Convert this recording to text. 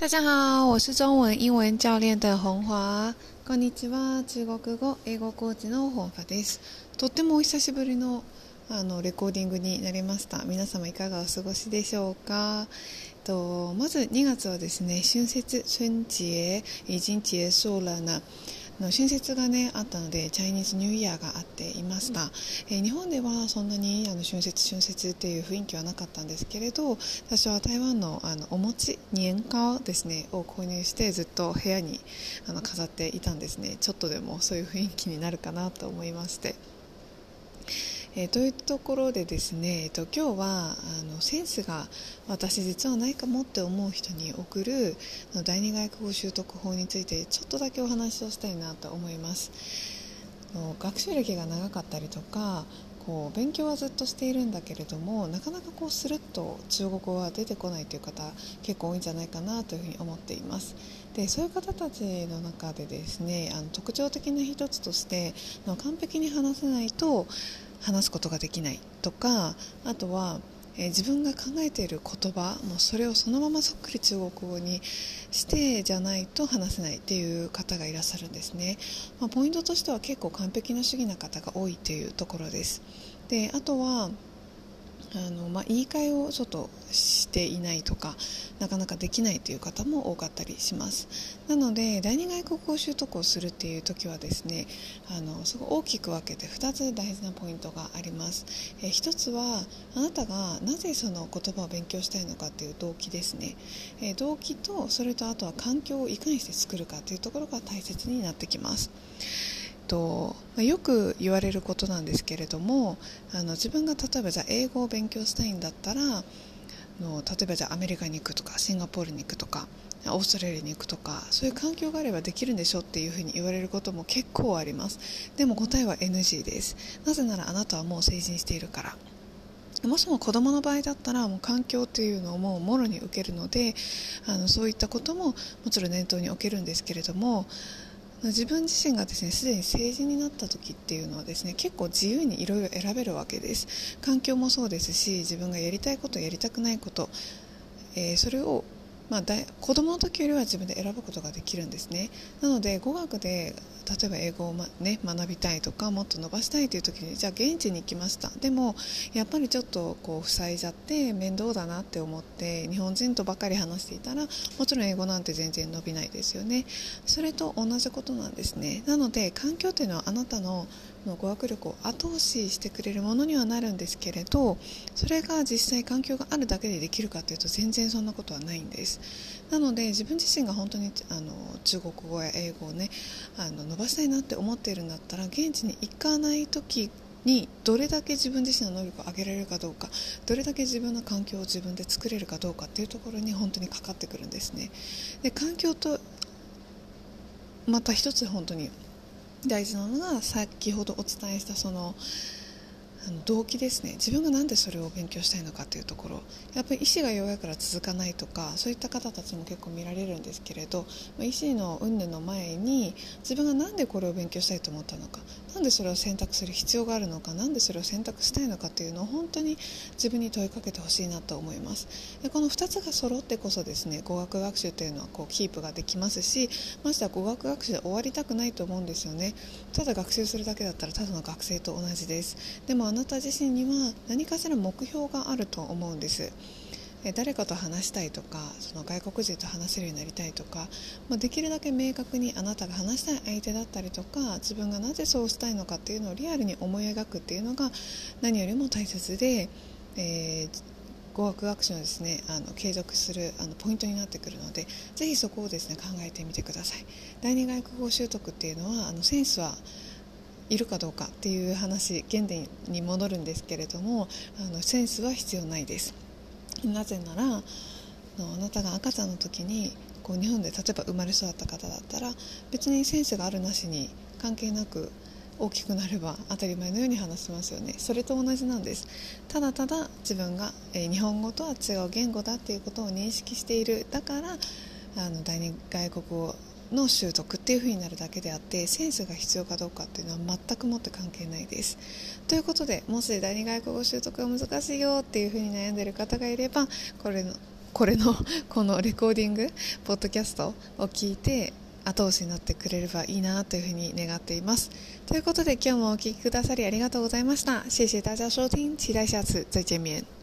大家好，我是中文英文教練的本華。こんにちは。中国語、英語コーチの本華です。とってもお久しぶりのレコーディングになりました。皆様いかがお過ごしでしょうか。まず2月はですね、春節、春節已经结束了呢。春節がねあったのでチャイニーズニューイヤーがあっていました。日本ではそんなに春節っていう雰囲気はなかったんですけれど、私は台湾のお餅年糕ですねを購入してずっと部屋に飾っていたんですね。ちょっとでもそういう雰囲気になるかなと思いまして、というところでですね、今日はセンスが私実はないかもって思う人に送る第二外国語習得法についてちょっとだけお話をしたいなと思います。学習歴が長かったりとか勉強はずっとしているんだけれどもなかなかスルッと中国語は出てこないという方結構多いんじゃないかなというふうに思っています。でそういう方たちの中でですね特徴的な一つとして完璧に話せないと話すことができないとか、あとは自分が考えている言葉もうそれをそのままそっくり中国語にしてじゃないと話せないっていう方がいらっしゃるんですね。ポイントとしては結構完璧な主義な方が多いというところです。であとは言い換えをちょっとしていないとかなかなかできないという方も多かったりします。なので第二外国語習得をするっていう時はですねすごい大きく分けて2つ大事なポイントがあります。1つはあなたがなぜその言葉を勉強したいのかという動機ですね。動機とそれとあとは環境をいかにして作るかというところが大切になってきます。よく言われることなんですけれども自分が例えばじゃあ英語を勉強したいんだったら例えばじゃあアメリカに行くとかシンガポールに行くとかオーストラリアに行くとかそういう環境があればできるんでしょっていうふうに言われることも結構あります。でも答えは NG です。なぜならあなたはもう成人しているから。もしも子供の場合だったらもう環境というのをもうもろに受けるのでそういったことももちろん念頭に置けるんですけれども、自分自身がですねすでに成人になった時っていうのはですね結構自由にいろいろ選べるわけです。環境もそうですし自分がやりたいことやりたくないこと、それを子供の時よりは自分で選ぶことができるんですね。なので語学で例えば英語を、学びたいとかもっと伸ばしたいという時にじゃあ現地に行きました。でもやっぱりちょっと塞いじゃって面倒だなって思って日本人とばかり話していたらもちろん英語なんて全然伸びないですよね。それと同じことなんですね。なので環境というのはあなたの語学力を後押ししてくれるものにはなるんですけれど、それが実際環境があるだけでできるかというと全然そんなことはないんです。なので自分自身が本当に中国語や英語をね伸ばしたいなって思っているんだったら現地に行かない時にどれだけ自分自身の能力を上げられるかどうか、どれだけ自分の環境を自分で作れるかどうかっていうところに本当にかかってくるんですね。で環境とまた一つ本当に大事なのが先ほどお伝えした動機ですね。自分がなんでそれを勉強したいのかというところ、やっぱり意志が弱いから続かないとかそういった方たちも結構見られるんですけれど、意志の云々の前に自分がなんでこれを勉強したいと思ったのか、なんでそれを選択する必要があるのか、なんでそれを選択したいのかというのを本当に自分に問いかけてほしいなと思います。でこの2つが揃ってこそですね語学学習というのはキープができますし、ましては語学学習で終わりたくないと思うんですよね。ただ学習するだけだったらただの学生と同じです。でもあなた自身には何かしら目標があると思うんです。誰かと話したいとかその外国人と話せるようになりたいとか、できるだけ明確にあなたが話したい相手だったりとか自分がなぜそうしたいのかっていうのをリアルに思い描くっていうのが何よりも大切で、語学学習のですね継続するポイントになってくるので、ぜひそこをですね考えてみてください。第二外国語習得っていうのはセンスはいるかどうかっていう話原点に戻るんですけれどもセンスは必要ないです。なぜならあなたが赤ちゃんの時に日本で例えば生まれ育った方だったら別にセンスがあるなしに関係なく大きくなれば当たり前のように話しますよね。それと同じなんです。ただただ自分が日本語とは違う言語だっていうことを認識している。だから第二外国語の習得っていう風になるだけであってセンスが必要かどうかっていうのは全くもって関係ないです。ということでもし第二外国語習得が難しいよっていう風に悩んでいる方がいればここのレコーディングポッドキャストを聞いて後押しになってくれればいいなというふうに願っています。ということで今日もお聞きくださりありがとうございました。謝謝大家收聽，期待下次再見面。